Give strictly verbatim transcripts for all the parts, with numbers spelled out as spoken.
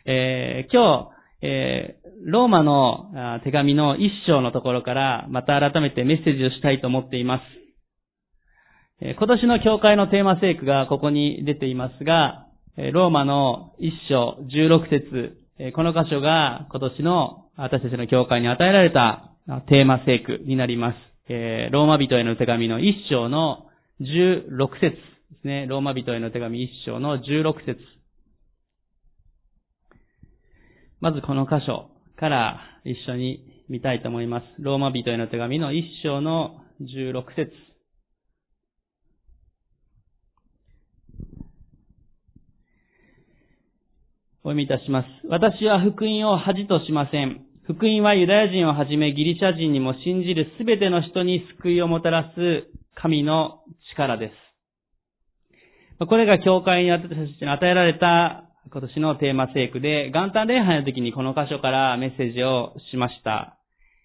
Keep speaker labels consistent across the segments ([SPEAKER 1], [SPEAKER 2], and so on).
[SPEAKER 1] えー、今日、えー、ローマの手紙の一章のところからまた改めてメッセージをしたいと思っています。えー、今年の教会のテーマ聖句がここに出ていますが、ローマの一章じゅうろく節、この箇所が今年の私たちの教会に与えられたテーマ聖句になります。えー、ローマ人への手紙の一章のじゅうろく節ですね。ローマ人への手紙一章のじゅうろく節。まずこの箇所から一緒に見たいと思います。ローマ人への手紙の一章のじゅうろく節。お読みいたします。私は福音を恥としません。福音はユダヤ人をはじめギリシャ人にも信じるすべての人に救いをもたらす神の力です。これが教会に与えられた今年のテーマ聖句で、元旦礼拝の時にこの箇所からメッセージをしました。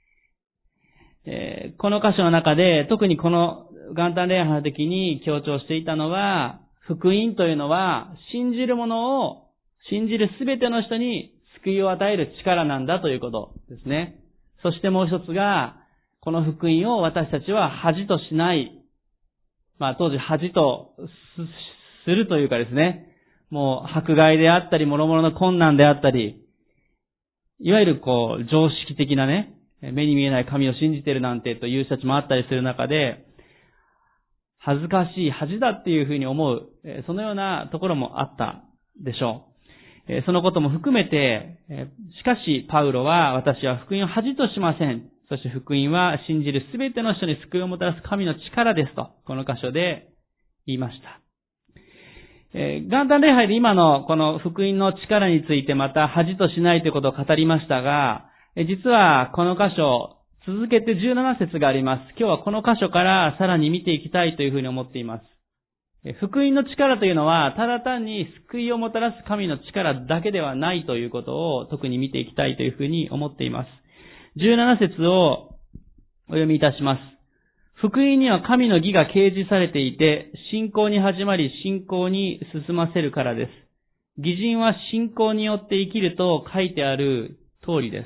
[SPEAKER 1] えー、この箇所の中で特にこの元旦礼拝の時に強調していたのは、福音というのは信じる者を信じるすべての人に救いを与える力なんだということですね。そしてもう一つが、この福音を私たちは恥としない。まあ当時恥とするというかですね、もう迫害であったり、諸々の困難であったり、いわゆるこう常識的なね、目に見えない神を信じているなんてという人たちもあったりする中で、恥ずかしい恥だっていうふうに思う、そのようなところもあったでしょう。そのことも含めて、しかしパウロは私は福音を恥としません。そして福音は信じるすべての人に救いをもたらす神の力ですと、この箇所で言いました。えー、元旦礼拝で今のこの福音の力についてまた恥としないということを語りましたが、えー、実はこの箇所、続けてじゅうなな節があります。今日はこの箇所からさらに見ていきたいというふうに思っています。福音の力というのは、ただ単に救いをもたらす神の力だけではないということを特に見ていきたいというふうに思っています。じゅうなな節をお読みいたします。福音には神の義が掲示されていて、信仰に始まり信仰に進ませるからです。義人は信仰によって生きると書いてある通りです。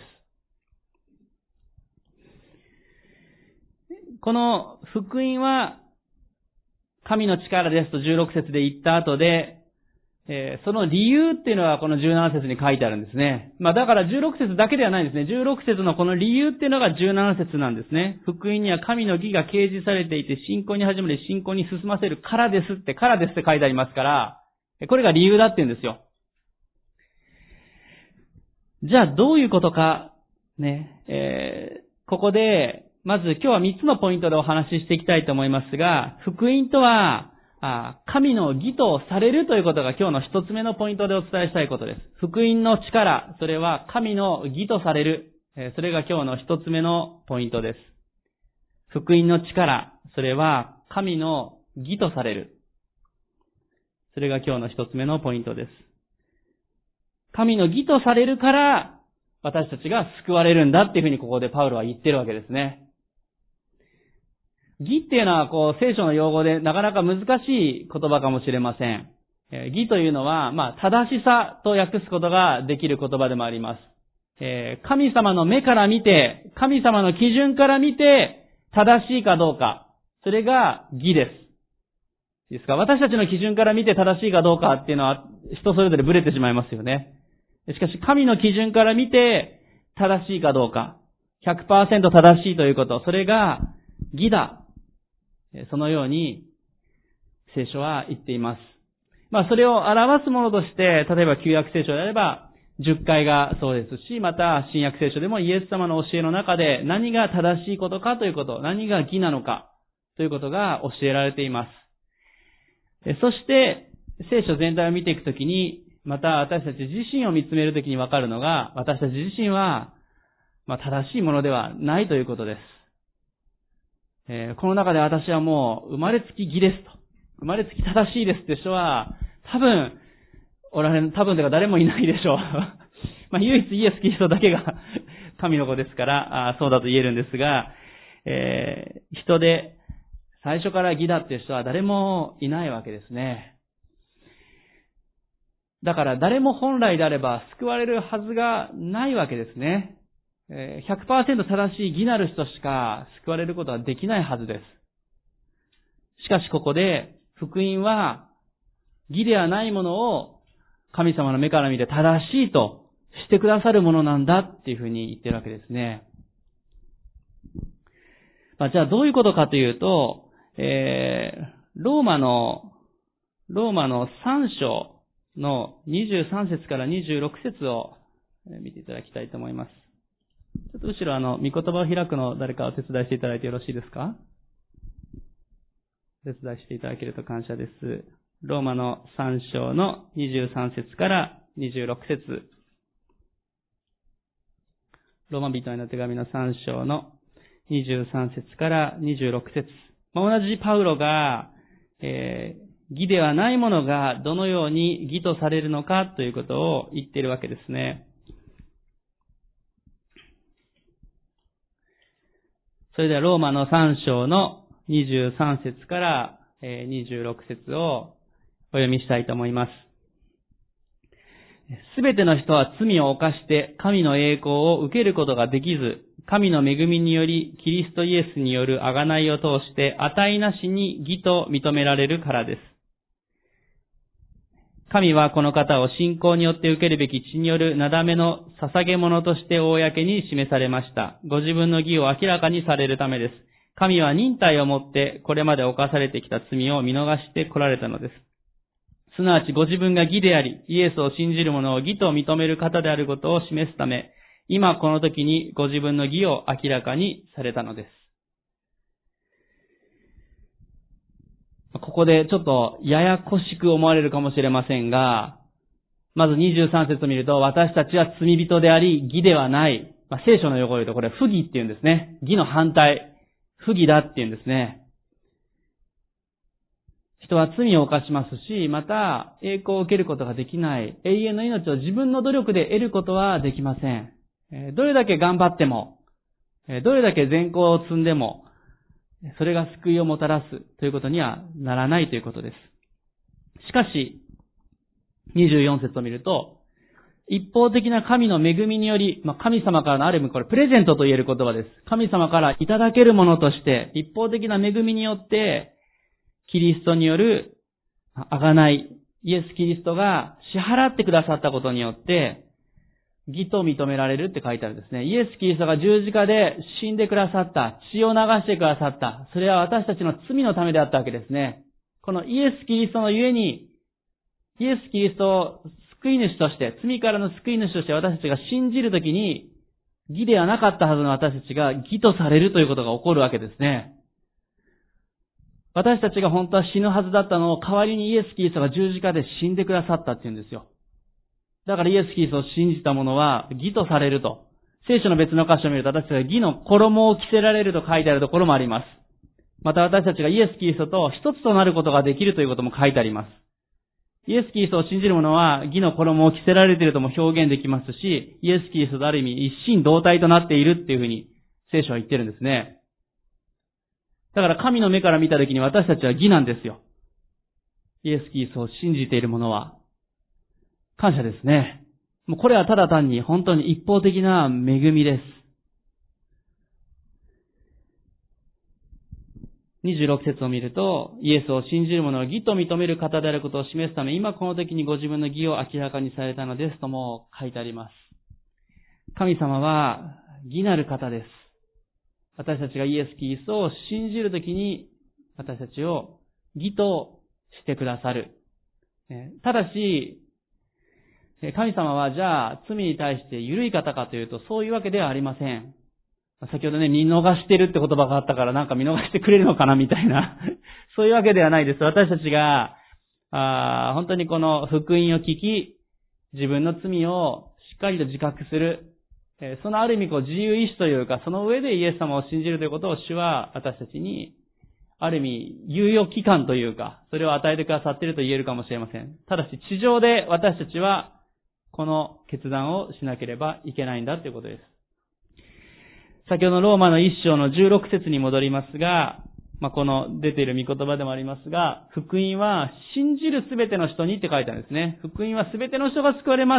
[SPEAKER 1] この福音は神の力ですとじゅうろく節で言った後で、えー、その理由っていうのはこのじゅうなな節に書いてあるんですね。まあだからじゅうろく節だけではないんですね。じゅうろく節のこの理由っていうのがじゅうなな節なんですね。福音には神の義が掲示されていて、信仰に始まり信仰に進ませるからですって、からですって書いてありますから、これが理由だって言うんですよ。じゃあどういうことか、ね、えー、ここで、まず今日はみっつのポイントでお話ししていきたいと思いますが、福音とは、神の義とされるということが今日の一つ目のポイントでお伝えしたいことです。福音の力、それは神の義とされる。それが今日の一つ目のポイントです。福音の力、それは神の義とされる。それが今日の一つ目のポイントです。神の義とされるから私たちが救われるんだっていうふうにここでパウロは言ってるわけですね。義っていうのはこう聖書の用語でなかなか難しい言葉かもしれません。えー、義というのはまあ正しさと訳すことができる言葉でもあります。えー、神様の目から見て、神様の基準から見て正しいかどうか、それが義です。いいですか？私たちの基準から見て正しいかどうかっていうのは人それぞれブレてしまいますよね。しかし神の基準から見て正しいかどうか、ひゃくパーセント 正しいということ、それが義だ。そのように聖書は言っています。まあそれを表すものとして、例えば旧約聖書であればじゅっかいがそうですし、また新約聖書でもイエス様の教えの中で何が正しいことかということ、何が義なのかということが教えられています。そして聖書全体を見ていくときに、また私たち自身を見つめるときにわかるのが、私たち自身はまあ正しいものではないということです。えー、この中で私はもう生まれつき義ですと。生まれつき正しいですって人は多分、おられる、多分では誰もいないでしょう。まあ唯一イエス・キリストだけが神の子ですから、あそうだと言えるんですが、えー、人で最初から義だっていう人は誰もいないわけですね。 だから誰も本来であれば救われるはずがないわけですね。ひゃくパーセント 正しい義なる人しか救われることはできないはずです。しかしここで福音は義ではないものを神様の目から見て正しいとしてくださるものなんだっていうふうに言ってるわけですね。まあ、じゃあどういうことかというと、えー、ローマの、ローマのさん章のにじゅうさん節からにじゅうろく節を見ていただきたいと思います。ちょっと後ろあの、御言葉を開くの誰かお手伝いしていただいてよろしいですか？お手伝いしていただけると感謝です。ローマのさん章のにじゅうさん節からにじゅうろく節。ローマ人への手紙のさん章のにじゅうさん節からにじゅうろく節。まあ、同じパウロが、えー、義ではないものがどのように義とされるのかということを言っているわけですね。それではローマのさん章のにじゅうさん節からにじゅうろく節をお読みしたいと思います。すべての人は罪を犯して神の栄光を受けることができず、神の恵みによりキリストイエスによる贖いを通して値なしに義と認められるからです。神はこの方を信仰によって受けるべき血によるなだめの捧げ物として公に示されました。ご自分の義を明らかにされるためです。神は忍耐をもってこれまで犯されてきた罪を見逃して来られたのです。すなわちご自分が義であり、イエスを信じる者を義と認める方であることを示すため、今この時にご自分の義を明らかにされたのです。ここでちょっとややこしく思われるかもしれませんが、まずにじゅうさん節を見ると、私たちは罪人であり、義ではない。まあ、聖書の横を言うとこれ不義って言うんですね。義の反対。不義だって言うんですね。人は罪を犯しますし、また栄光を受けることができない。永遠の命を自分の努力で得ることはできません。どれだけ頑張っても、どれだけ善行を積んでも、それが救いをもたらすということにはならないということです。しかし、にじゅうよん節を見ると、一方的な神の恵みにより、まあ、神様からのある意味これプレゼントと言える言葉です。神様からいただけるものとして、一方的な恵みによって、キリストによる贖い、イエス・キリストが支払ってくださったことによって、義と認められるって書いてあるんですね。イエス・キリストが十字架で死んでくださった、血を流してくださった。それは私たちの罪のためであったわけですね。このイエス・キリストのゆえに、イエス・キリストを救い主として、罪からの救い主として私たちが信じるときに、義ではなかったはずの私たちが義とされるということが起こるわけですね。私たちが本当は死ぬはずだったのを代わりにイエス・キリストが十字架で死んでくださったっていうんですよ。だからイエス・キリストを信じた者は義とされると。聖書の別の箇所を見ると私たちが義の衣を着せられると書いてあるところもあります。また私たちがイエス・キリストと一つとなることができるということも書いてあります。イエス・キリストを信じる者は義の衣を着せられているとも表現できますし、イエス・キリストとある意味一心同体となっているっていうふうに聖書は言ってるんですね。だから神の目から見たときに私たちは義なんですよ。イエス・キリストを信じている者は。感謝ですね。もうこれはただ単に本当に一方的な恵みです。にじゅうろく節を見ると、イエスを信じる者は義と認める方であることを示すため、今この時にご自分の義を明らかにされたのですとも書いてあります。神様は義なる方です。私たちがイエス・キリストを信じるときに、私たちを義としてくださる。ただし、神様はじゃあ罪に対して緩い方かというと、そういうわけではありません。先ほどね、見逃してるって言葉があったからなんか見逃してくれるのかなみたいな。そういうわけではないです。私たちが、あ本当にこの福音を聞き、自分の罪をしっかりと自覚する。そのある意味こう自由意志というか、その上でイエス様を信じるということを主は私たちに、ある意味猶予期間というか、それを与えてくださっていると言えるかもしれません。ただし地上で私たちはこの決断をしなければいけないんだということです。先ほどのローマの一章のじゅうろく節に戻りますが、 まあ、この出ている御言葉でもありますが、福音は信じるすべての人にって書いてあるんですね。福音はすべての人が救われます。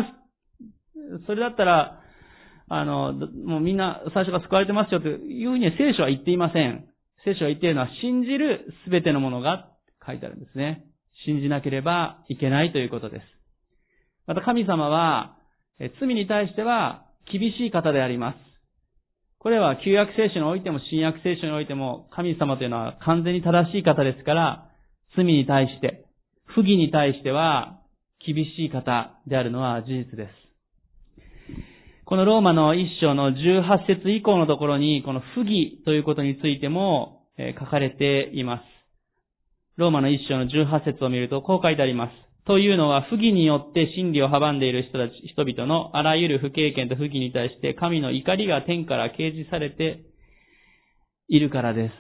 [SPEAKER 1] それだったら、あの、もうみんな最初から救われてますよというふうには聖書は言っていません。聖書は言っているのは信じるすべてのものが書いてあるんですね。信じなければいけないということです。また神様は、罪に対しては厳しい方であります。これは旧約聖書においても新約聖書においても神様というのは完全に正しい方ですから、罪に対して、不義に対しては厳しい方であるのは事実です。このローマの一章のじゅうはち節以降のところに、この不義ということについても書かれています。ローマの一章のじゅうはち節を見るとこう書いてあります。というのは、不義によって真理を阻んでいる人たち、人々のあらゆる不経験と不義に対して神の怒りが天から掲示されているからです。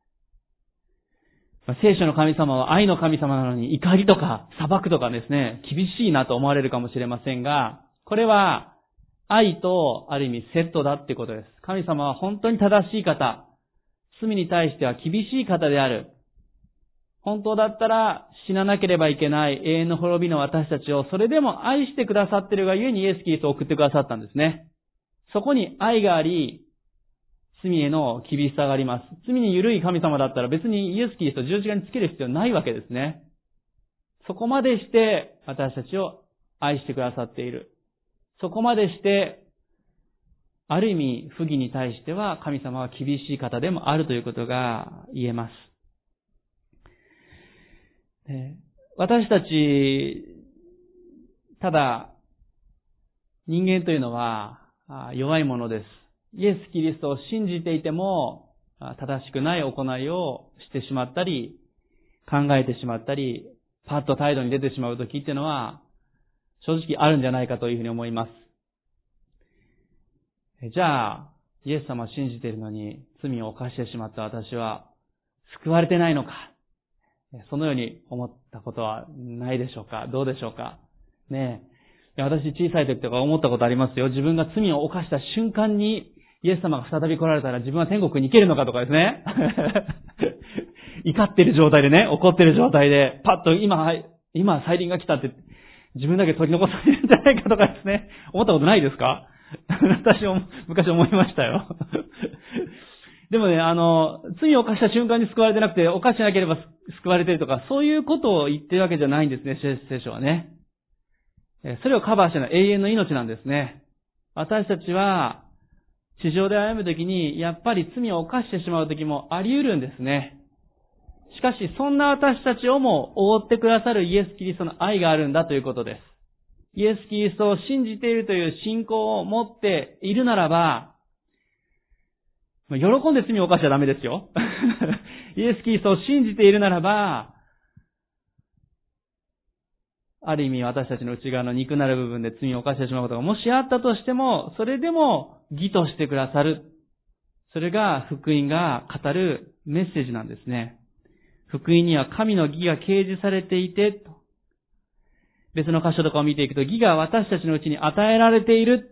[SPEAKER 1] 聖書の神様は愛の神様なのに怒りとか裁くとかですね、厳しいなと思われるかもしれませんが、これは愛とある意味セットだってことです。神様は本当に正しい方、罪に対しては厳しい方である。本当だったら死ななければいけない永遠の滅びの私たちをそれでも愛してくださっているがゆえにイエス・キリストを送ってくださったんですね。そこに愛があり、罪への厳しさがあります。罪に緩い神様だったら別にイエス・キリストを十字架につける必要ないわけですね。そこまでして私たちを愛してくださっている。そこまでして、ある意味不義に対しては神様は厳しい方でもあるということが言えます。私たち、ただ、人間というのは弱いものです。イエス・キリストを信じていても、正しくない行いをしてしまったり、考えてしまったり、パッと態度に出てしまうときっていうのは、正直あるんじゃないかというふうに思います。じゃあ、イエス様を信じているのに罪を犯してしまった私は救われてないのか。そのように思ったことはないでしょうか？どうでしょうか？ねえ。私小さい時とか思ったことありますよ。自分が罪を犯した瞬間にイエス様が再び来られたら自分は天国に行けるのかとかですね。怒ってる状態でね、怒ってる状態で、パッと今、今再臨が来たって自分だけ取り残されるんじゃないかとかですね。思ったことないですか？私も昔思いましたよ。でもね、あの、罪を犯した瞬間に救われてなくて、犯してなければ救われているとか、そういうことを言ってるわけじゃないんですね、聖書はね。それをカバーしてのは永遠の命なんですね。私たちは、地上で歩むときに、やっぱり罪を犯してしまうときもあり得るんですね。しかし、そんな私たちをも覆ってくださるイエス・キリストの愛があるんだということです。イエス・キリストを信じているという信仰を持っているならば、喜んで罪を犯しちゃダメですよ。イエス・キリストを信じているならば、ある意味私たちの内側の肉なる部分で罪を犯してしまうことがもしあったとしても、それでも義としてくださる。それが福音が語るメッセージなんですね。福音には神の義が掲示されていて、別の箇所とかを見ていくと、義が私たちのうちに与えられている。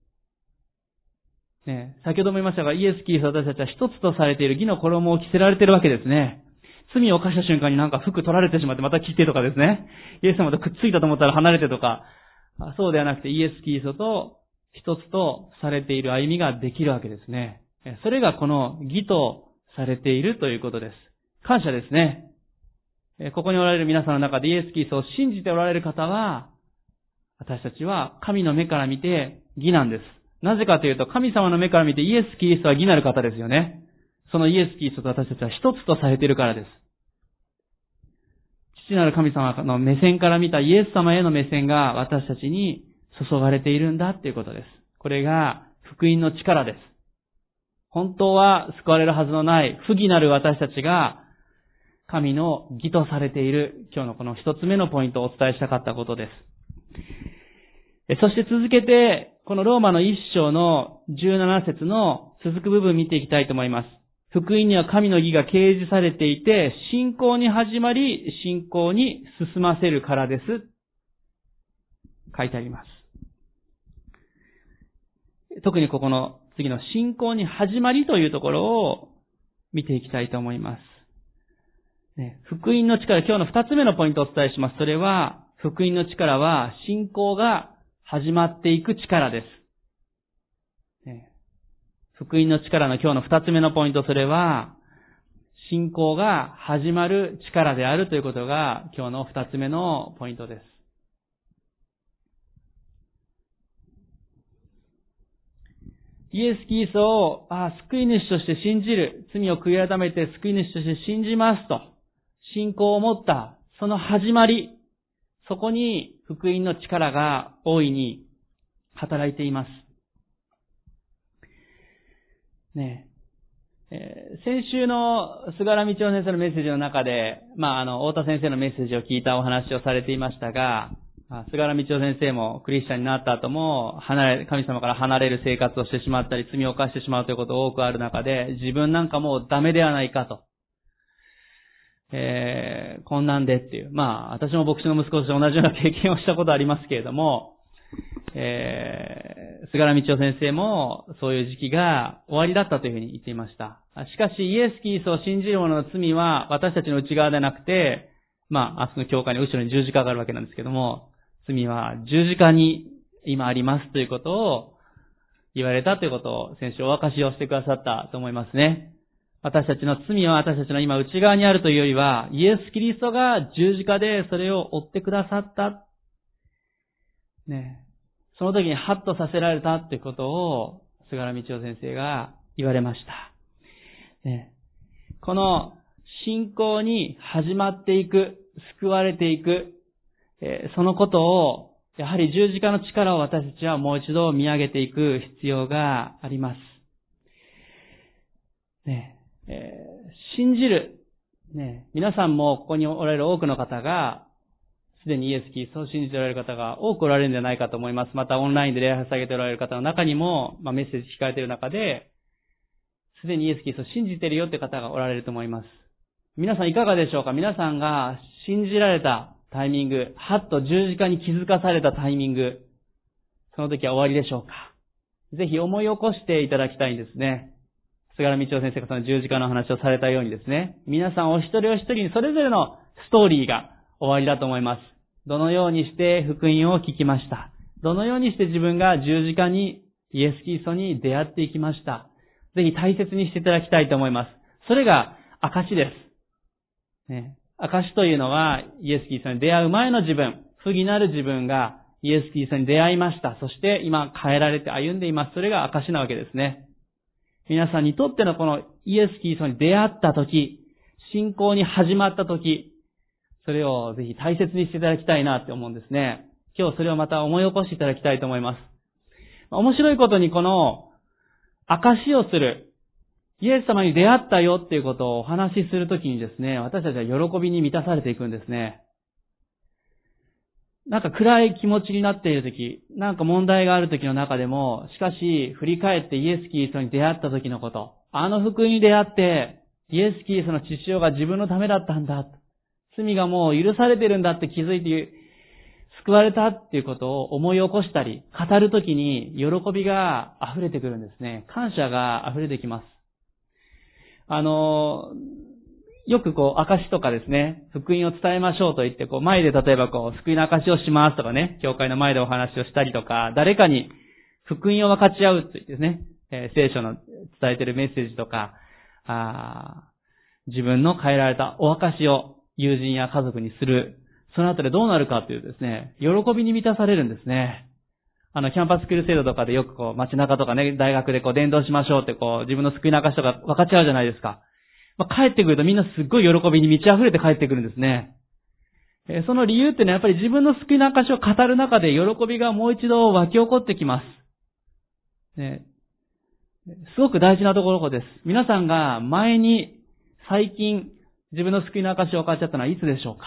[SPEAKER 1] ね、先ほども言いましたが、イエス・キリスト私たちは一つとされている義の衣を着せられているわけですね。罪を犯した瞬間になんか服取られてしまってまた着てとかですね。イエス様とくっついたと思ったら離れてとか、そうではなくてイエス・キリストと一つとされている歩みができるわけですね。それがこの義とされているということです。感謝ですね。ここにおられる皆さんの中でイエス・キリストを信じておられる方は、私たちは神の目から見て義なんです。なぜかというと、神様の目から見てイエス・キリストは義なる方ですよね。そのイエス・キリストと私たちは一つとされているからです。父なる神様の目線から見たイエス様への目線が私たちに注がれているんだということです。これが福音の力です。本当は救われるはずのない不義なる私たちが神の義とされている、今日のこの一つ目のポイントをお伝えしたかったことです。そして続けて、このローマの一章のじゅうなな節の続く部分を見ていきたいと思います。福音には神の義が掲示されていて、信仰に始まり、信仰に進ませるからです。書いてあります。特にここの次の信仰に始まりというところを見ていきたいと思います。 ね、福音の力、今日の二つ目のポイントをお伝えします。それは、福音の力は信仰が始まっていく力です。ね、福音の力の今日の二つ目のポイント、それは、信仰が始まる力であるということが今日の二つ目のポイントです。イエス・キリストを、ああ、救い主として信じる。罪を悔い改めて救い主として信じますと。信仰を持った、その始まり。そこに福音の力が大いに働いています。ねえ。えー、先週の菅原道夫先生のメッセージの中で、まあ、あの、太田先生のメッセージを聞いたお話をされていましたが、菅原道夫先生もクリスチャンになった後も、離れ、神様から離れる生活をしてしまったり、罪を犯してしまうということが多くある中で、自分なんかもうダメではないかと。えー、こんなんでっていう。まあ、私も牧師の息子として同じような経験をしたことありますけれども、えー、菅原道夫先生もそういう時期が終わりだったというふうに言っていました。しかし、イエス・キリストを信じる者の罪は私たちの内側でなくて、まあ、明日の教会の後ろに十字架があるわけなんですけども、罪は十字架に今ありますということを言われたということを先週お明かしをしてくださったと思いますね。私たちの罪は私たちの今内側にあるというよりは、イエス・キリストが十字架でそれを追ってくださった。ね。その時にハッとさせられたということを菅原道夫先生が言われました。ね。この信仰に始まっていく、救われていく、えー、そのことを、やはり十字架の力を私たちはもう一度見上げていく必要があります。ねえー、信じる、ね、皆さんもここにおられる多くの方が、すでにイエス・キリストを信じておられる方が多くおられるんじゃないかと思います。またオンラインで礼拝を捧げておられる方の中にも、まあ、メッセージ聞かれている中で、すでにイエス・キリストを信じているよという方がおられると思います。皆さんいかがでしょうか？皆さんが信じられたタイミング、はっと十字架に気づかされたタイミング、その時は終わりでしょうか？ぜひ思い起こしていただきたいんですね。菅原道夫先生がその十字架の話をされたようにですね、皆さんお一人お一人にそれぞれのストーリーが終わりだと思います。どのようにして福音を聞きました。どのようにして自分が十字架にイエス・キリストに出会っていきました。ぜひ大切にしていただきたいと思います。それが証です。ね、証というのは、イエス・キリストに出会う前の自分、不義なる自分がイエス・キリストに出会いました。そして今変えられて歩んでいます。それが証なわけですね。皆さんにとってのこのイエス・キリストに出会ったとき、信仰に始まったとき、それをぜひ大切にしていただきたいなって思うんですね。今日それをまた思い起こしていただきたいと思います。面白いことにこの証をする、イエス様に出会ったよっていうことをお話しするときにですね、私たちは喜びに満たされていくんですね。なんか暗い気持ちになっているとき、なんか問題があるときの中でも、しかし振り返ってイエス・キリストに出会ったときのこと、あの福音に出会って、イエス・キリストの血潮が自分のためだったんだ。罪がもう許されてるんだって気づいて、救われたっていうことを思い起こしたり、語るときに喜びが溢れてくるんですね。感謝が溢れてきます。あの、よくこう、証とかですね、福音を伝えましょうと言って、こう、前で例えばこう、福音の証をしますとかね、教会の前でお話をしたりとか、誰かに福音を分かち合うと言ってですね、えー、聖書の伝えているメッセージとか、あ自分の変えられたお証を友人や家族にする。その後でどうなるかというですね、喜びに満たされるんですね。あの、キャンパスクルセイドとかでよくこう、街中とかね、大学でこう、伝道しましょうってこう、自分の救いの証とか分かっちゃうじゃないですか。まあ、帰ってくるとみんなすっごい喜びに満ち溢れて帰ってくるんですね。えー、その理由っていうのはやっぱり自分の救いの証を語る中で喜びがもう一度湧き起こってきます。ね、すごく大事なところです。皆さんが前に最近自分の救いの証を分かっちゃったのはいつでしょうか？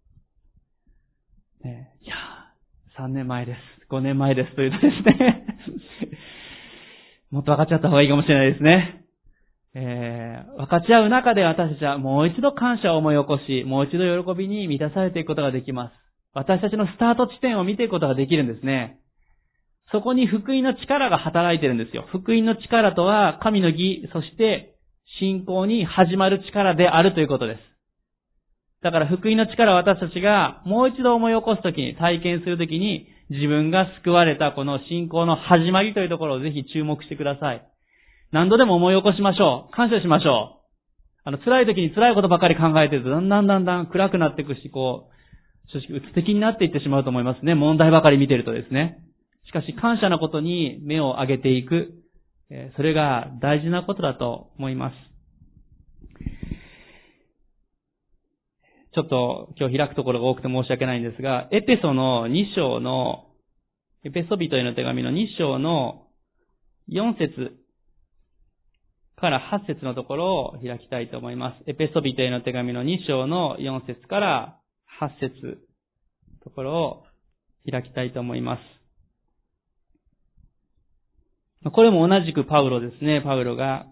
[SPEAKER 1] ね、いやー、さんねんまえです。ごねんまえですというとですね、もっと分かっちゃった方がいいかもしれないですね。えー、分かち合う中で私たちはもう一度感謝を思い起こし、もう一度喜びに満たされていくことができます。私たちのスタート地点を見ていくことができるんですね。そこに福音の力が働いているんですよ。福音の力とは神の義、そして信仰に始まる力であるということです。 だから福音の力を私たちがもう一度思い起こすときに、体験するときに、自分が救われたこの信仰の始まりというところをぜひ注目してください。何度でも思い起こしましょう。感謝しましょう。あの、辛い時に辛いことばかり考えてると、だんだんだんだん暗くなっていくし、こう、正直、うつ的になっていってしまうと思いますね。問題ばかり見てるとですね。しかし、感謝のことに目を上げていく。それが大事なことだと思います。ちょっと今日開くところが多くて申し訳ないんですが、エペソのに章の、エペソ人への手紙のに章のよん節からはち節のところを開きたいと思います。エペソ人への手紙のに章のよん節からはち節のところを開きたいと思います。これも同じくパウロですね。パウロが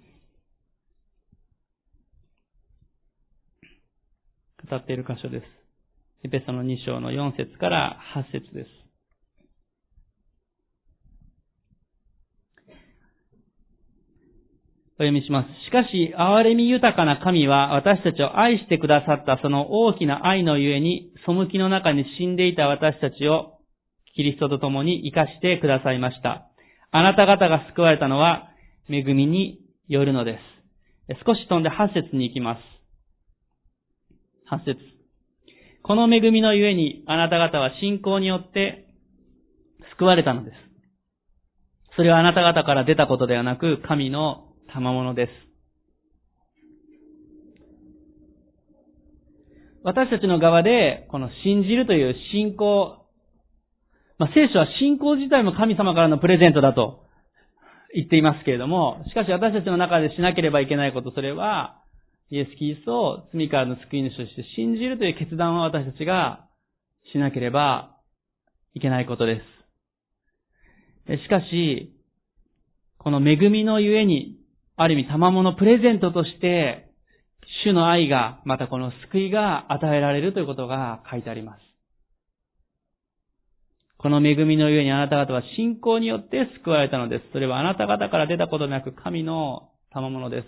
[SPEAKER 1] 語っている箇所です。エペソのに章のよん節からはち節です。お読みします。しかし、憐れみ豊かな神は私たちを愛してくださったその大きな愛のゆえに、背きの中に死んでいた私たちをキリストと共に生かしてくださいました。あなた方が救われたのは恵みによるのです。少し飛んではち節に行きます。はち節。この恵みのゆえにあなた方は信仰によって救われたのです。それはあなた方から出たことではなく、神の賜物です。私たちの側で、この信じるという信仰、まあ、聖書は信仰自体も神様からのプレゼントだと言っていますけれども、しかし私たちの中でしなければいけないこと、それは、イエス・キリストを罪からの救い主として信じるという決断を私たちがしなければいけないことです。しかし、この恵みのゆえに、ある意味賜物プレゼントとして、主の愛が、またこの救いが与えられるということが書いてあります。この恵みのゆえにあなた方は信仰によって救われたのです。それはあなた方から出たことなく神の賜物です。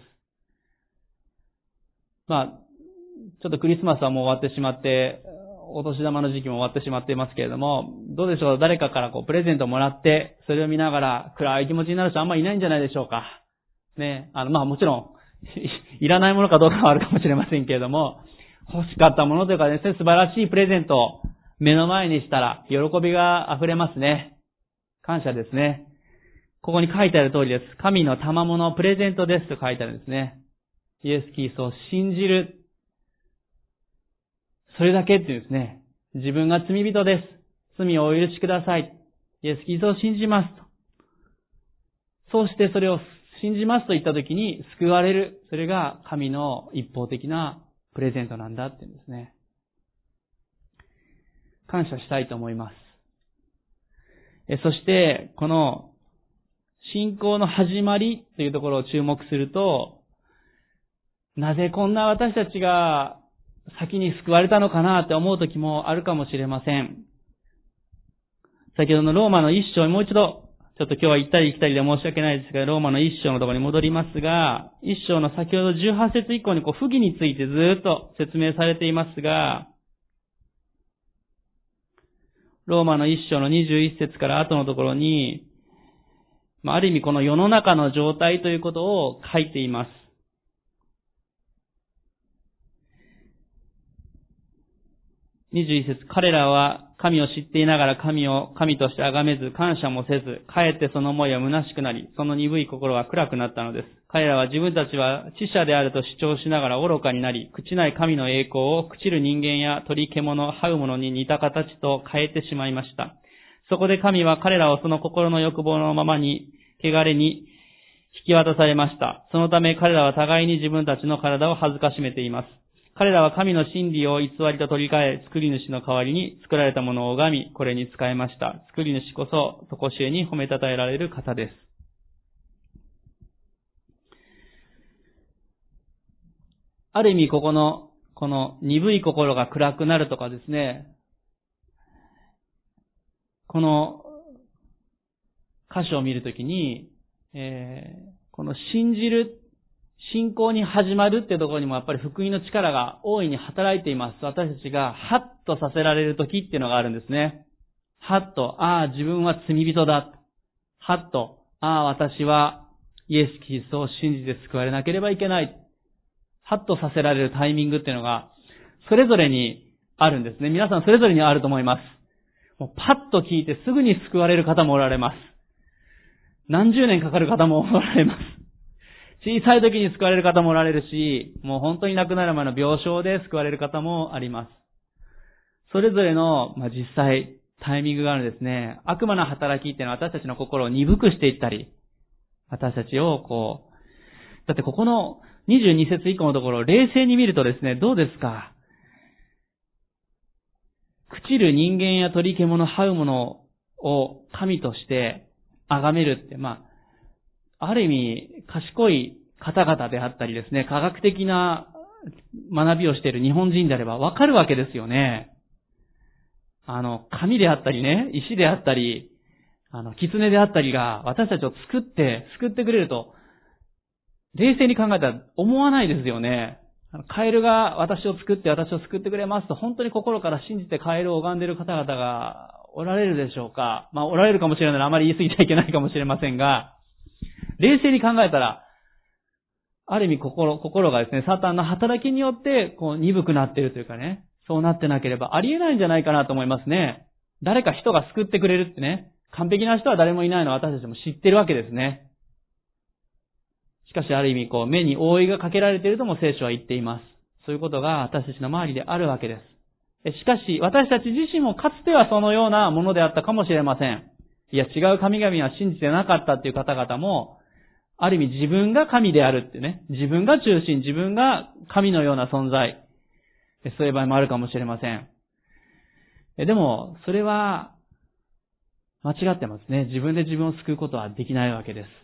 [SPEAKER 1] まあ、ちょっとクリスマスはもう終わってしまって、お年玉の時期も終わってしまっていますけれども、どうでしょう、誰かからこうプレゼントをもらって、それを見ながら暗い気持ちになる人あんまりいないんじゃないでしょうか。ね、あの、まあもちろん、いらないものかどうかはあるかもしれませんけれども、欲しかったものというかですね、素晴らしいプレゼントを目の前にしたら、喜びが溢れますね。感謝ですね。ここに書いてある通りです。神の賜物プレゼントですと書いてあるんですね。イエス・キリストを信じる。それだけっていうんですね。自分が罪人です。罪をお許しください。イエス・キリストを信じますと。そうしてそれを信じますと言ったときに救われる。それが神の一方的なプレゼントなんだって言うんですね。感謝したいと思います。えそして、この信仰の始まりというところを注目すると、なぜこんな私たちが先に救われたのかなって思う時もあるかもしれません。先ほどのローマの一章にもう一度、ちょっと今日は行ったり来たりで申し訳ないですが、ローマの一章のところに戻りますが、一章の先ほどじゅうはち節以降にこう不義についてずっと説明されていますが、ローマの一章のにじゅういち節から後のところに、ある意味この世の中の状態ということを書いています。にじゅういち節、彼らは神を知っていながら神を神として崇めず感謝もせず、かえってその思いは虚しくなり、その鈍い心は暗くなったのです。彼らは自分たちは知者であると主張しながら愚かになり、朽ちない神の栄光を朽ちる人間や鳥獣、這う者に似た形と変えてしまいました。そこで神は彼らをその心の欲望のままに、汚れに引き渡されました。そのため彼らは互いに自分たちの体を恥ずかしめています。彼らは神の真理を偽りと取り替え、作り主の代わりに作られたものを拝み、これに仕えました。作り主こそ、常しえに褒めたたえられる方です。ある意味、ここの、この鈍い心が暗くなるとかですね、この箇所を見るときに、えー、この信じる信仰に始まるっていうところにもやっぱり福音の力が大いに働いています。私たちがハッとさせられる時っていうのがあるんですね。ハッと、ああ、自分は罪人だ。ハッと、ああ、私はイエス・キリストを信じて救われなければいけない。ハッとさせられるタイミングっていうのが、それぞれにあるんですね。皆さんそれぞれにあると思います。もうパッと聞いてすぐに救われる方もおられます。何十年かかる方もおられます。小さい時に救われる方もおられるし、もう本当に亡くなる前の病床で救われる方もあります。それぞれの、まあ、実際、タイミングがあるんですね。悪魔の働きっていうのは私たちの心を鈍くしていったり、私たちをこう、だってここのにじゅうに節以降のところを冷静に見るとですね、どうですか？朽ちる人間や鳥獣這うものを神として崇めるって、まあ、ある意味賢い方々であったりですね、科学的な学びをしている日本人であればわかるわけですよね。あの、紙であったりね、石であったり、あの、狐であったりが私たちを作って、救ってくれると、冷静に考えたら思わないですよね。カエルが私を作って私を救ってくれますと、本当に心から信じてカエルを拝んでいる方々がおられるでしょうか。まあ、おられるかもしれないのであまり言い過ぎちゃいけないかもしれませんが、冷静に考えたら、ある意味心、心がですね、サタンの働きによって、こう、鈍くなっているというかね、そうなってなければありえないんじゃないかなと思いますね。誰か人が救ってくれるってね、完璧な人は誰もいないのは私たちも知ってるわけですね。しかしある意味、こう、目に覆いがかけられているとも聖書は言っています。そういうことが私たちの周りであるわけです。しかし、私たち自身もかつてはそのようなものであったかもしれません。いや、違う神々は信じてなかったっていう方々も、ある意味自分が神であるってね、自分が中心、自分が神のような存在、そういう場合もあるかもしれません。でも、それは、間違ってますね。自分で自分を救うことはできないわけです。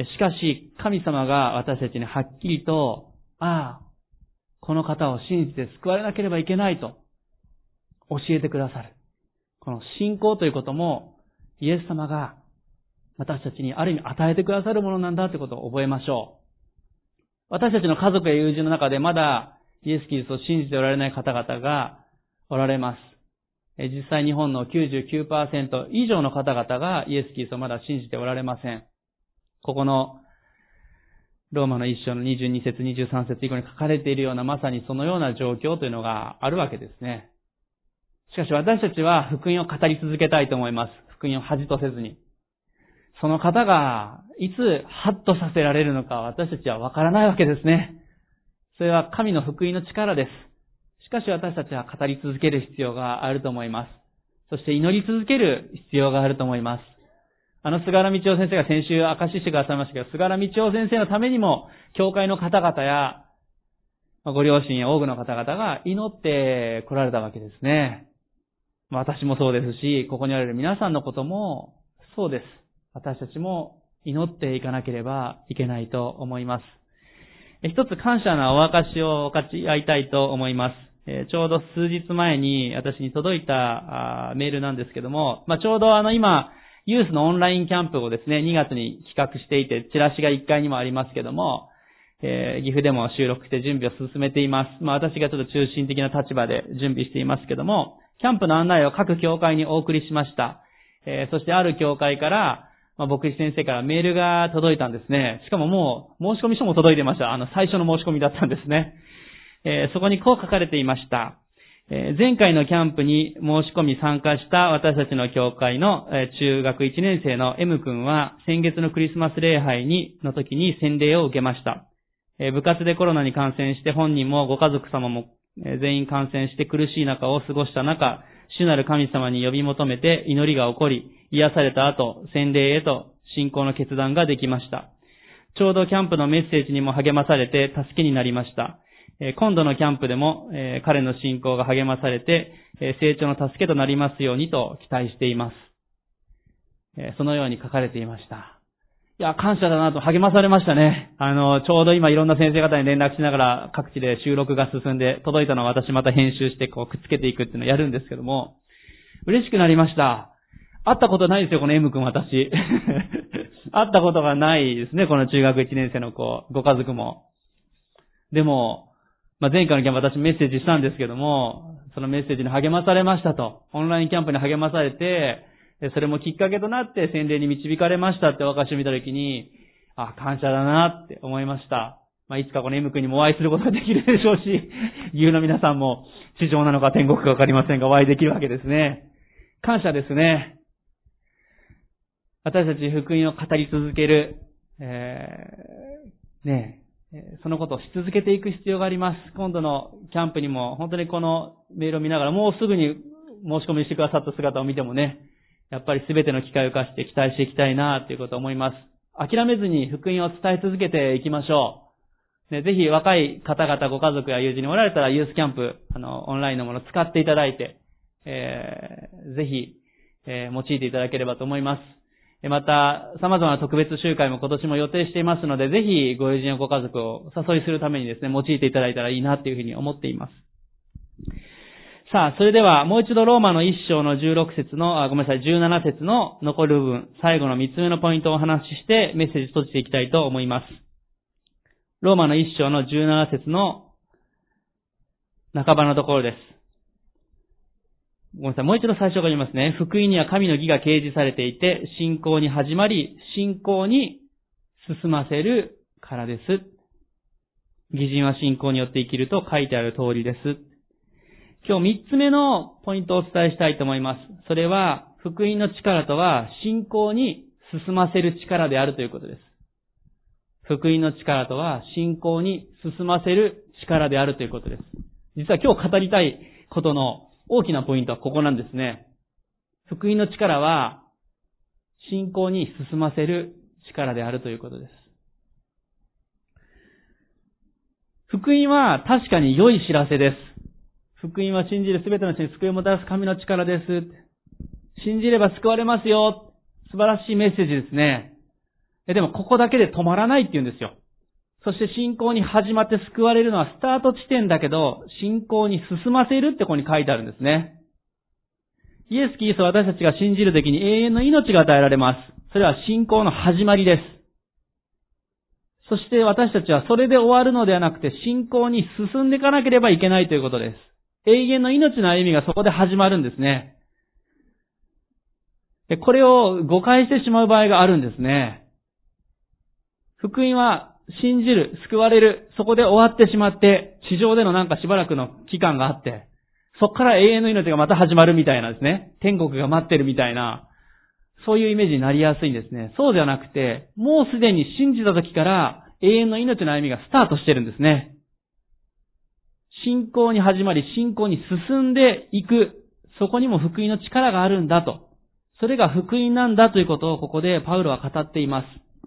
[SPEAKER 1] しかし、神様が私たちにはっきりと、ああ、この方を信じて救われなければいけないと教えてくださる。この信仰ということも、イエス様が私たちにある意味与えてくださるものなんだということを覚えましょう。私たちの家族や友人の中でまだイエス・キリストを信じておられない方々がおられます。実際日本の きゅうじゅうきゅうパーセント 以上の方々がイエス・キリストをまだ信じておられません。ここのローマの一章のにじゅうに節、にじゅうさん節以降に書かれているようなまさにそのような状況というのがあるわけですね。しかし私たちは福音を語り続けたいと思います。福音を恥とせずに。その方がいつハッとさせられるのか私たちはわからないわけですね。それは神の福音の力です。しかし私たちは語り続ける必要があると思います。そして祈り続ける必要があると思います。あの菅原道夫先生が先週明かししてくださいましたけど、菅原道夫先生のためにも教会の方々やご両親や多くの方々が祈って来られたわけですね。私もそうですし、ここにおられる皆さんのこともそうです。私たちも祈っていかなければいけないと思います。一つ感謝のお証を分かち合いたいと思います。えー、ちょうど数日前に私に届いたメールなんですけども、まあ、ちょうどあの今、ユースのオンラインキャンプをですね、にがつに企画していて、チラシがいっかいにもありますけども、えー、岐阜でも収録して準備を進めています。まあ私がちょっと中心的な立場で準備していますけども、キャンプの案内を各教会にお送りしました。えー、そしてある教会から、まあ、牧師先生からメールが届いたんですね。しかももう申し込み書も届いてました。あの最初の申し込みだったんですね。えー、そこにこう書かれていました。えー、前回のキャンプに申し込み参加した私たちの教会の、えー、中学いちねん生の M 君は先月のクリスマス礼拝にの時に洗礼を受けました。えー、部活でコロナに感染して本人もご家族様も、えー、全員感染して苦しい中を過ごした中、主なる神様に呼び求めて祈りが起こり、癒された後、洗礼へと信仰の決断ができました。ちょうどキャンプのメッセージにも励まされて助けになりました。えー、今度のキャンプでも、えー、彼の信仰が励まされて、えー、成長の助けとなりますようにと期待しています。えー、そのように書かれていました。いや、感謝だなと励まされましたね。あの、ちょうど今いろんな先生方に連絡しながら各地で収録が進んで届いたのを私また編集してこうくっつけていくっていうのをやるんですけども、嬉しくなりました。会ったことないですよ、この M 君私。 会ったことがないですね、この中学いちねん生の子、ご家族も。でも、まあ、前回のキャンプ私メッセージしたんですけども、そのメッセージに励まされましたと。オンラインキャンプに励まされて、それもきっかけとなって洗礼に導かれましたってお証を見たときに、あ、感謝だなって思いました。まあ、いつかこの M 君にもお会いすることができるでしょうし、牛の皆さんも地上なのか天国かわかりませんがお会いできるわけですね。感謝ですね。私たち福音を語り続ける、えー、ねえ、そのことをし続けていく必要があります。今度のキャンプにも本当にこのメールを見ながらもうすぐに申し込みしてくださった姿を見てもね、やっぱり全ての機会を生かして期待していきたいなということを思います。諦めずに福音を伝え続けていきましょう。ね、ぜひ若い方々ご家族や友人におられたらユースキャンプ、あの、オンラインのものを使っていただいて、えー、ぜひ、えー、用いていただければと思います。また、様々な特別集会も今年も予定していますので、ぜひご友人やご家族をお誘いするためにですね、用いていただいたらいいなというふうに思っています。さあ、それではもう一度ローマの一章のじゅうろく節の、あ、ごめんなさい、じゅうなな節の残る部分、最後の三つ目のポイントをお話ししてメッセージ閉じていきたいと思います。ローマの一章のじゅうなな節の半ばのところです。ごめんなさい、もう一度最初から言いますね。福音には神の義が掲示されていて、信仰に始まり、信仰に進ませるからです。義人は信仰によって生きると書いてある通りです。今日三つ目のポイントをお伝えしたいと思います。それは、福音の力とは、信仰に進ませる力であるということです。福音の力とは、信仰に進ませる力であるということです。実は今日語りたいことの大きなポイントはここなんですね。福音の力は、信仰に進ませる力であるということです。福音は確かに良い知らせです。福音は信じるすべての人に救いをもたらす神の力です。信じれば救われますよ。素晴らしいメッセージですね。でもここだけで止まらないって言うんですよ。そして信仰に始まって救われるのはスタート地点だけど、信仰に進ませるってここに書いてあるんですね。イエス・キリストは私たちが信じるときに永遠の命が与えられます。それは信仰の始まりです。そして私たちはそれで終わるのではなくて、信仰に進んでいかなければいけないということです。永遠の命の歩みがそこで始まるんですね。で、これを誤解してしまう場合があるんですね。福音は信じる、救われる、そこで終わってしまって、地上でのなんかしばらくの期間があって、そこから永遠の命がまた始まるみたいなですね、天国が待ってるみたいな、そういうイメージになりやすいんですね。そうではなくて、もうすでに信じた時から永遠の命の歩みがスタートしてるんですね。信仰に始まり、信仰に進んでいく、そこにも福音の力があるんだと。それが福音なんだということをここでパウロは語っています。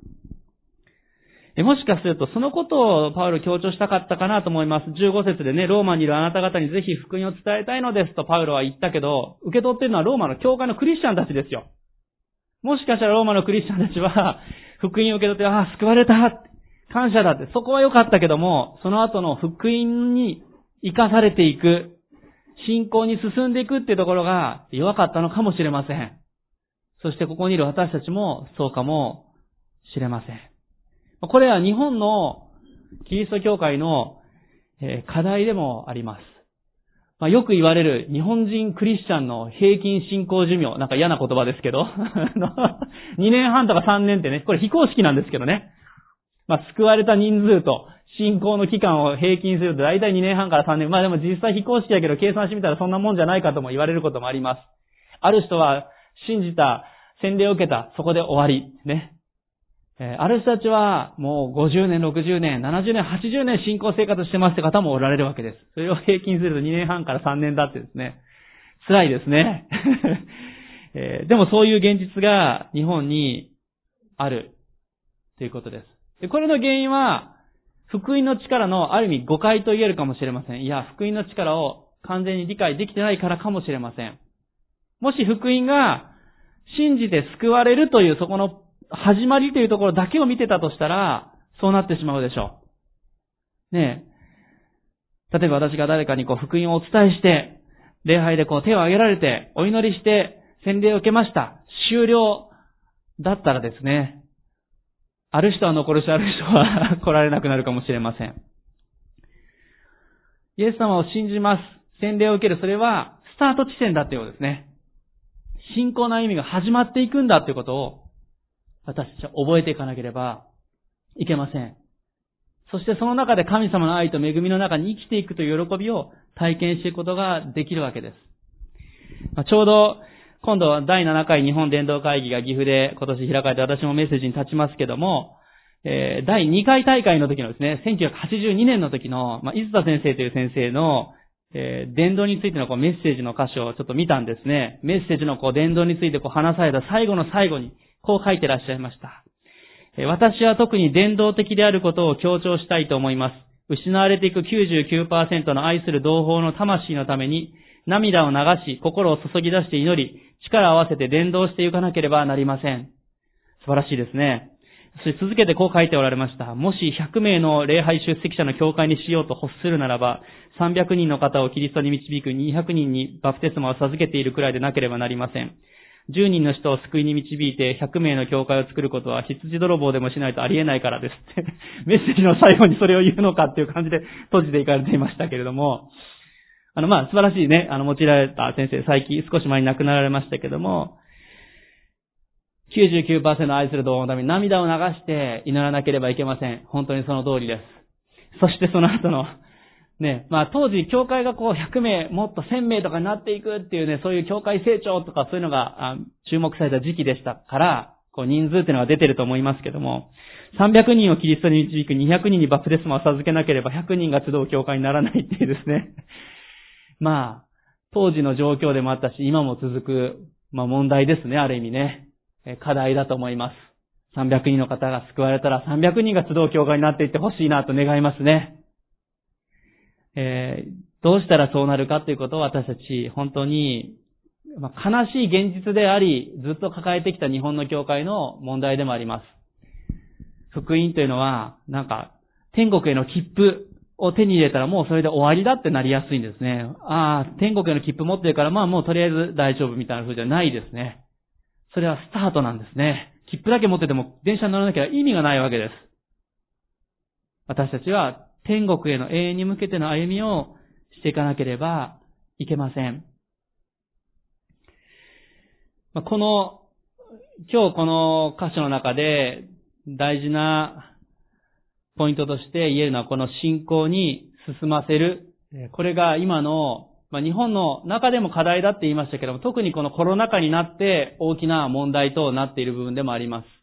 [SPEAKER 1] もしかするとそのことをパウロ強調したかったかなと思います。じゅうご節でね、ローマにいるあなた方にぜひ福音を伝えたいのですとパウロは言ったけど、受け取っているのはローマの教会のクリスチャンたちですよ。もしかしたらローマのクリスチャンたちは、福音を受け取って、ああ、救われた、感謝だって、そこは良かったけども、その後の福音に生かされていく、信仰に進んでいくっていうところが弱かったのかもしれません。そしてここにいる私たちもそうかもしれません。これは日本のキリスト教会の課題でもあります。まあ、よく言われる日本人クリスチャンの平均信仰寿命、なんか嫌な言葉ですけど、にねんはんとかさんねんってね、これ非公式なんですけどね。まあ、救われた人数と信仰の期間を平均すると大体にねんはんからさんねん。まあでも実際非公式だけど計算してみたらそんなもんじゃないかとも言われることもあります。ある人は信じた、洗礼を受けた、そこで終わり。ね。えー、ある人たちはもうごじゅうねん、ろくじゅうねん、ななじゅうねん、はちじゅうねん信仰生活してますって方もおられるわけです。それを平均するとにねんはんからさんねんだってですね。辛いですね。えー、でもそういう現実が日本にあるということです。で、これの原因は福音の力のある意味誤解と言えるかもしれません。いや、福音の力を完全に理解できてないからかもしれません。もし福音が信じて救われるというそこの始まりというところだけを見てたとしたら、そうなってしまうでしょう。ねえ。例えば私が誰かにこう福音をお伝えして、礼拝でこう手を挙げられて、お祈りして、洗礼を受けました。終了だったらですね、 ある人は残るし、ある人は来られなくなるかもしれません。イエス様を信じます。洗礼を受ける。それは、スタート地点だっていうことですね。信仰の歩みが始まっていくんだっていうことを、私たちは覚えていかなければいけません。そしてその中で神様の愛と恵みの中に生きていくという喜びを体験していくことができるわけです。まあ、ちょうど、今度はだいななかい日本伝道会議が岐阜で今年開かれて私もメッセージに立ちますけども、えー、だいにかい大会の時のですね、せんきゅうひゃくはちじゅうにねんの時の、まあ、伊豆田先生という先生の、えー、伝道についてのこうメッセージの箇所をちょっと見たんですね。メッセージのこう伝道についてこう話された最後の最後にこう書いてらっしゃいました。えー、私は特に伝道的であることを強調したいと思います。失われていく きゅうじゅうきゅうパーセント の愛する同胞の魂のために涙を流し、心を注ぎ出して祈り、力を合わせて伝道していかなければなりません。素晴らしいですね。そして続けてこう書いておられました。もしひゃくめいの礼拝出席者の教会にしようと欲するならば、さんびゃくにんの方をキリストに導くにひゃくにんにバプテスマを授けているくらいでなければなりません。じゅうにんの人を救いに導いてひゃくめいの教会を作ることは羊泥棒でもしないとありえないからですって。メッセージの最後にそれを言うのかっていう感じで閉じていかれていましたけれども、あの、まあ、素晴らしいね、あの、用いられた先生、最近少し前に亡くなられましたけども、きゅうじゅうきゅうパーセント 愛する同胞のために涙を流して祈らなければいけません。本当にその通りです。そしてその後の、ね、まあ当時教会がこうひゃくめい、もっとせんめいとかになっていくっていうね、そういう教会成長とかそういうのが注目された時期でしたから、こう人数っていうのが出てると思いますけども、さんびゃくにんをキリストに導くにひゃくにんにバプテスマを授けなければひゃくにんが集う教会にならないっていうですね。まあ、当時の状況でもあったし、今も続く、まあ問題ですね、ある意味ね。課題だと思います。さんびゃくにんの方が救われたらさんびゃくにんが集う教会になっていってほしいなと願いますね。えー、どうしたらそうなるかということを私たち本当に、まあ、悲しい現実であり、ずっと抱えてきた日本の教会の問題でもあります。福音というのは、なんか、天国への切符を手に入れたらもうそれで終わりだってなりやすいんですね。ああ、天国への切符持ってるからまあもうとりあえず大丈夫みたいな風じゃないですね。それはスタートなんですね。切符だけ持ってても電車に乗らなきゃ意味がないわけです。私たちは天国への永遠に向けての歩みをしていかなければいけません。この、今日この箇所の中で大事なポイントとして言えるのはこの信仰に進ませる。これが今のまあ、日本の中でも課題だって言いましたけども、特にこのコロナ禍になって大きな問題となっている部分でもあります。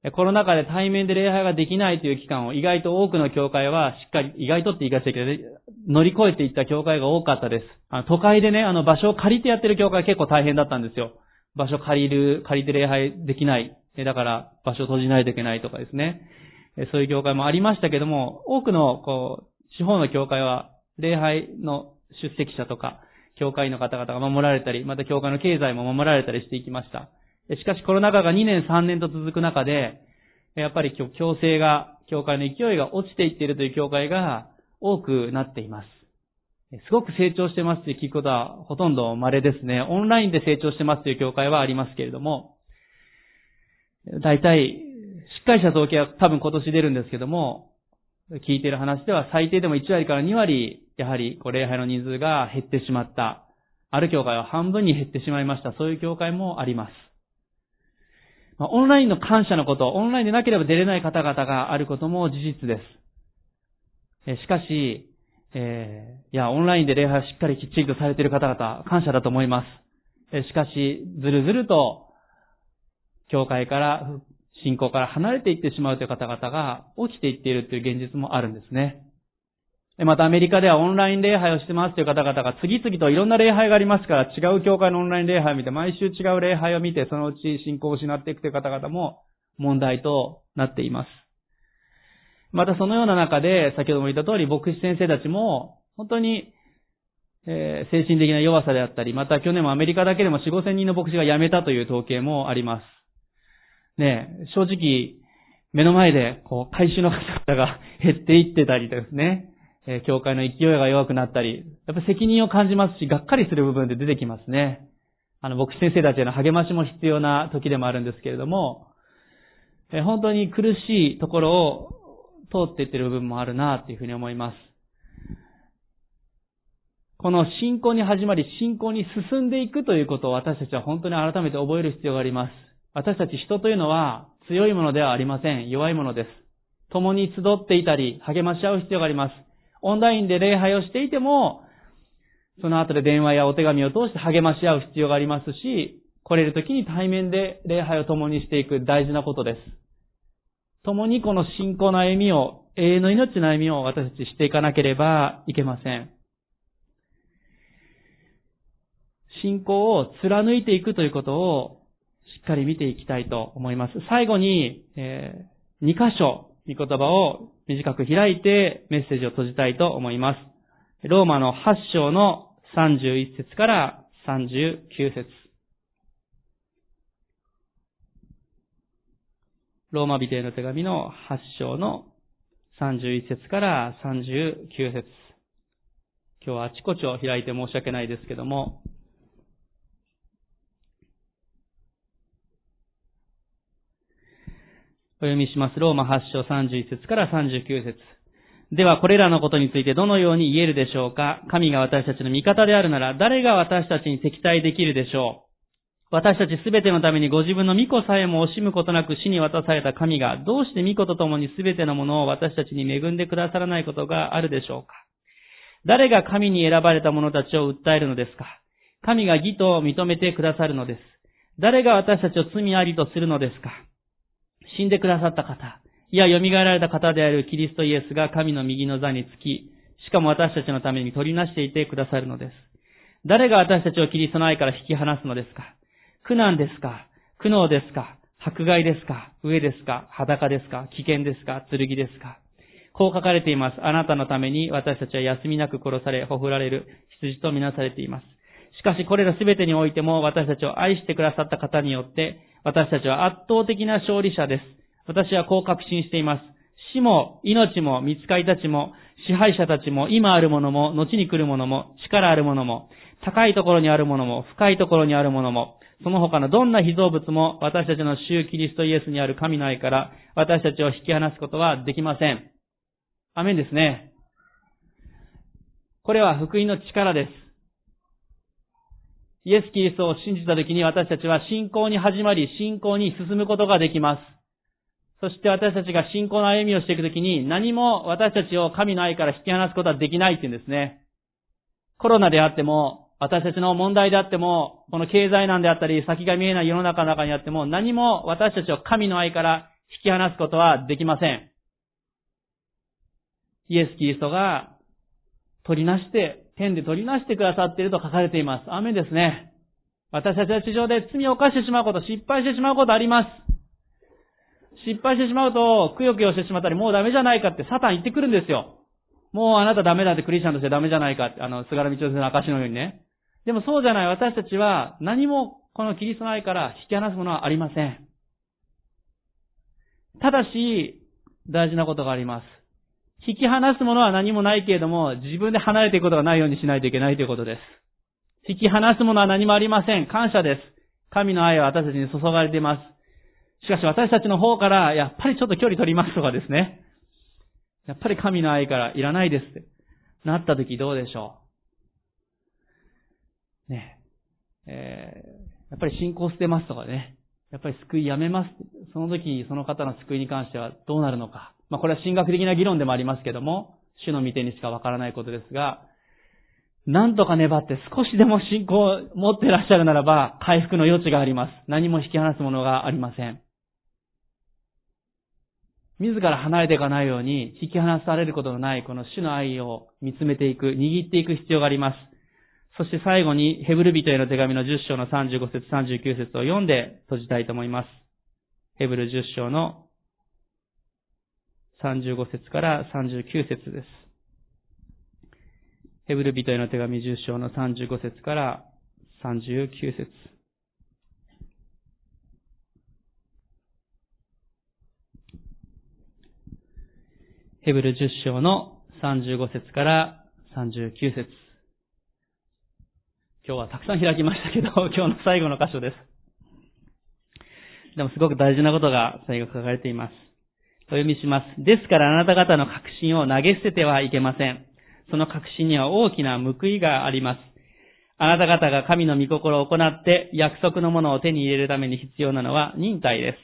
[SPEAKER 1] コロナ禍で対面で礼拝ができないという期間を意外と多くの教会はしっかり、意外とって言い方したけど、乗り越えていった教会が多かったです。あの都会でね、あの場所を借りてやってる教会は結構大変だったんですよ。場所借りる、借りて礼拝できない。だから場所を閉じないといけないとかですね。そういう教会もありましたけども、多くのこう地方の教会は礼拝の出席者とか、教会の方々が守られたり、また教会の経済も守られたりしていきました。しかしコロナ禍がにねんさんねんと続く中で、やっぱり教制が、教会の勢いが落ちていっているという教会が多くなっています。すごく成長してますと聞くことはほとんど稀ですね。オンラインで成長してますという教会はありますけれども、大体、しっかりした統計は多分今年出るんですけども、聞いている話では最低でもいちわりからにわり、やはりこう礼拝の人数が減ってしまった。ある教会は半分に減ってしまいました。そういう教会もあります。まあ、オンラインの感謝のこと、オンラインでなければ出れない方々があることも事実です。えしかし、えー、いや、オンラインで礼拝をしっかりきっちりとされている方々、感謝だと思います。えしかし、ずるずると、教会から、信仰から離れていってしまうという方々が起きていっているという現実もあるんですね。またアメリカではオンライン礼拝をしてますという方々が次々といろんな礼拝がありますから、違う教会のオンライン礼拝を見て、毎週違う礼拝を見て、そのうち信仰を失っていくという方々も問題となっています。またそのような中で、先ほども言った通り、牧師先生たちも本当に、えー、精神的な弱さであったり、また去年もアメリカだけでもよん、ごせんにんの牧師が辞めたという統計もあります。ねえ、正直、目の前で、こう、改宗の方々が減っていってたりですね、えー、教会の勢いが弱くなったり、やっぱ責任を感じますし、がっかりする部分で出てきますね。あの、牧師先生たちへの励ましも必要な時でもあるんですけれども、 え本当に苦しいところを通っていっている部分もあるなというふうに思います。この信仰に始まり、信仰に進んでいくということを私たちは本当に改めて覚える必要があります。私たち人というのは強いものではありません。弱いものです。共に集っていたり、励まし合う必要があります。オンラインで礼拝をしていても、その後で電話やお手紙を通して励まし合う必要がありますし、来れる時に対面で礼拝を共にしていく大事なことです。共にこの信仰の歩みを、永遠の命の歩みを私たちしていかなければいけません。信仰を貫いていくということをしっかり見ていきたいと思います。最後に、えー、に箇所、御言葉を短く開いてメッセージを閉じたいと思います。ローマのはち章のさんじゅういち節からさんじゅうきゅう節。ローマ人への手紙のはち章のさんじゅういち節からさんじゅうきゅう節。今日はあちこちを開いて申し訳ないですけども、お読みします。ローマはち章さんじゅういち節からさんじゅうきゅう節。ではこれらのことについてどのように言えるでしょうか。神が私たちの味方であるなら誰が私たちに敵対できるでしょう。私たちすべてのためにご自分の御子さえも惜しむことなく死に渡された神がどうして御子と共にすべてのものを私たちに恵んでくださらないことがあるでしょうか。誰が神に選ばれた者たちを訴えるのですか。神が義と認めてくださるのです。誰が私たちを罪ありとするのですか。死んでくださった方、いや、蘇られた方であるキリストイエスが神の右の座につき、しかも私たちのために取りなしていてくださるのです。誰が私たちをキリストの愛から引き離すのですか。苦難ですか、苦悩ですか、迫害ですか、飢えですか、裸ですか、危険ですか、剣ですか。こう書かれています。あなたのために私たちは休みなく殺され、ほふられる羊とみなされています。しかしこれらすべてにおいても私たちを愛してくださった方によって、私たちは圧倒的な勝利者です。私はこう確信しています。死も命も御使いたちも支配者たちも今あるものも後に来るものも力あるものも高いところにあるものも深いところにあるものもその他のどんな被造物も私たちの主キリストイエスにある神の愛から私たちを引き離すことはできません。アメンですね。これは福音の力です。イエス・キリストを信じたときに私たちは信仰に始まり、信仰に進むことができます。そして私たちが信仰の歩みをしていくときに何も私たちを神の愛から引き離すことはできないっていうんですね。コロナであっても、私たちの問題であっても、この経済難であったり、先が見えない世の中の中にあっても、何も私たちを神の愛から引き離すことはできません。イエス・キリストが取りなして、天で取りなしてくださっていると書かれています。アーメンですね。私たちは地上で罪を犯してしまうこと、失敗してしまうことあります。失敗してしまうと、くよくよしてしまったり、もうダメじゃないかってサタン言ってくるんですよ。もうあなたダメだってクリスチャンとしてダメじゃないかって、あの、菅原道夫先生の証のようにね。でもそうじゃない私たちは何もこのキリストの愛から引き離すものはありません。ただし、大事なことがあります。引き離すものは何もないけれども、自分で離れていくことがないようにしないといけないということです。引き離すものは何もありません。感謝です。神の愛は私たちに注がれています。しかし私たちの方から、やっぱりちょっと距離取りますとかですね。やっぱり神の愛からいらないですってなった時どうでしょう。ねえー、やっぱり信仰捨てますとかね。やっぱり救いやめます。その時にその方の救いに関してはどうなるのか。まあこれは神学的な議論でもありますけども、主の御手にしかわからないことですが、なんとか粘って少しでも信仰を持っていらっしゃるならば、回復の余地があります。何も引き離すものがありません。自ら離れていかないように、引き離されることのないこの主の愛を見つめていく、握っていく必要があります。そして最後に、ヘブル人への手紙のじゅっ章のさんじゅうご節さんじゅうきゅう節を読んで閉じたいと思います。ヘブルじゅっ章のさんじゅうご節からさんじゅうきゅう節です。ヘブル人への手紙じゅっ章のさんじゅうご節からさんじゅうきゅう節。ヘブルじゅっ章のさんじゅうご節からさんじゅうきゅう節。今日はたくさん開きましたけど、今日の最後の箇所です。 でもすごく大事なことが最後書かれています。お読みします。ですからあなた方の確信を投げ捨ててはいけません。その確信には大きな報いがあります。あなた方が神の御心を行って約束のものを手に入れるために必要なのは忍耐です。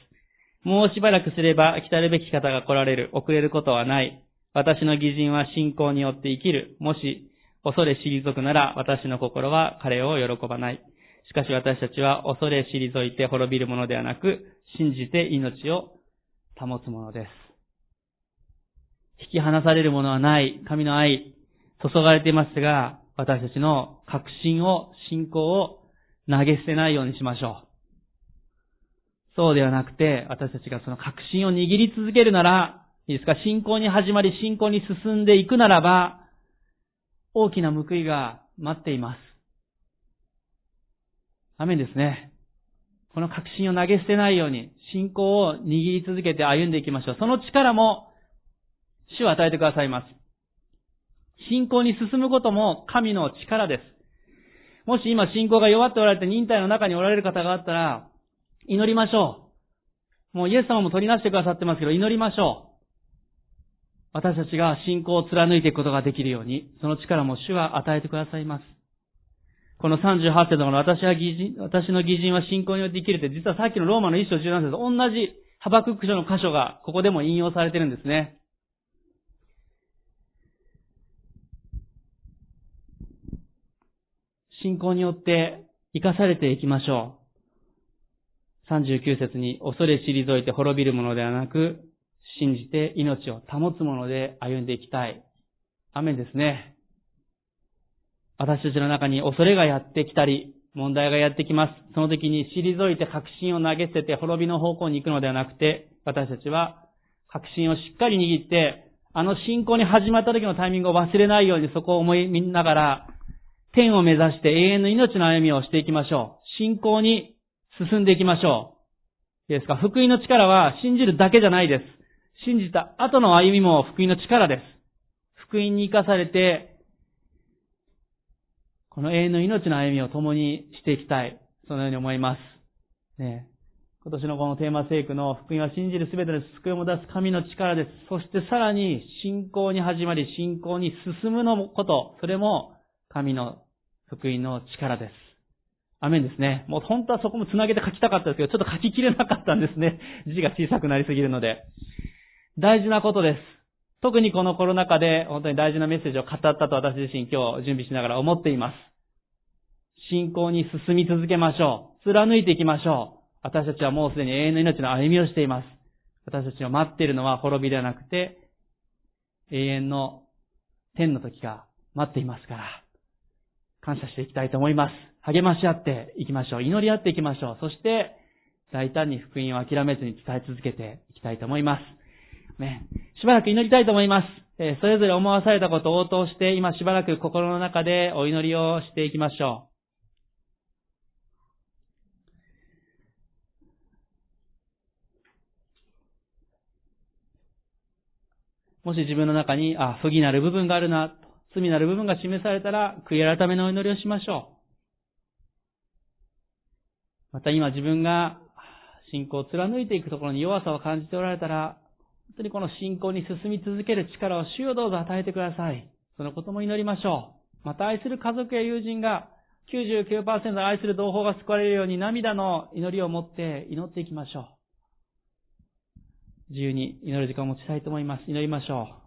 [SPEAKER 1] もうしばらくすれば来たるべき方が来られる。遅れることはない。私の義人は信仰によって生きる。もし恐れ退くなら私の心は彼を喜ばない。しかし私たちは恐れ退いて滅びるものではなく、信じて命を保つものです。引き離されるものはない。神の愛、注がれていますが、私たちの確信を、信仰を投げ捨てないようにしましょう。そうではなくて、私たちがその確信を握り続けるなら、いいですか、信仰に始まり、信仰に進んでいくならば、大きな報いが待っています。アメンですね。この確信を投げ捨てないように、信仰を握り続けて歩んでいきましょう。その力も、主を与えてくださいます。信仰に進むことも神の力です。もし今信仰が弱っておられて忍耐の中におられる方があったら、祈りましょう。もうイエス様も取りなしてくださってますけど、祈りましょう。私たちが信仰を貫いていくことができるように、その力も主は与えてくださいます。このさんじゅうはち節の私は義人、私の義人は信仰によって生きるって、実はさっきのローマの一章じゅうなな節と同じハバクック書の箇所がここでも引用されてるんですね。信仰によって生かされていきましょう。さんじゅうきゅう節に、恐れ退いて滅びるものではなく、信じて命を保つもので歩んでいきたい。アメンですね。私たちの中に恐れがやってきたり、問題がやってきます。その時に退いて確信を投げ捨てて滅びの方向に行くのではなくて、私たちは確信をしっかり握って、あの信仰に始まった時のタイミングを忘れないようにそこを思いながら、天を目指して永遠の命の歩みをしていきましょう。信仰に進んでいきましょう。いいですか？福音の力は信じるだけじゃないです。信じた後の歩みも福音の力です。福音に生かされて、この永遠の命の歩みを共にしていきたい。そのように思います。ね、今年のこのテーマ聖句の福音は信じるすべての救いをも出す神の力です。そしてさらに信仰に始まり信仰に進むのこと、それも神の福音の力です。アメンですね。もう本当はそこもつなげて書きたかったですけど、ちょっと書ききれなかったんですね。字が小さくなりすぎるので。大事なことです。特にこのコロナ禍で本当に大事なメッセージを語ったと私自身今日準備しながら思っています。信仰に進み続けましょう。貫いていきましょう。私たちはもうすでに永遠の命の歩みをしています。私たちを待っているのは滅びではなくて、永遠の天の時が待っていますから、感謝していきたいと思います。励まし合っていきましょう。祈り合っていきましょう。そして、大胆に福音を諦めずに伝え続けていきたいと思います。ね、しばらく祈りたいと思います。えー、それぞれ思わされたことを応答して、今しばらく心の中でお祈りをしていきましょう。もし自分の中に、あ、不義なる部分があるな、罪なる部分が示されたら、悔い改めのお祈りをしましょう。また今自分が信仰を貫いていくところに弱さを感じておられたら、本当にこの信仰に進み続ける力を主よどうぞ与えてください。そのことも祈りましょう。また愛する家族や友人が きゅうじゅうきゅうパーセント 愛する同胞が救われるように涙の祈りを持って祈っていきましょう。自由に祈る時間を持ちたいと思います。祈りましょう。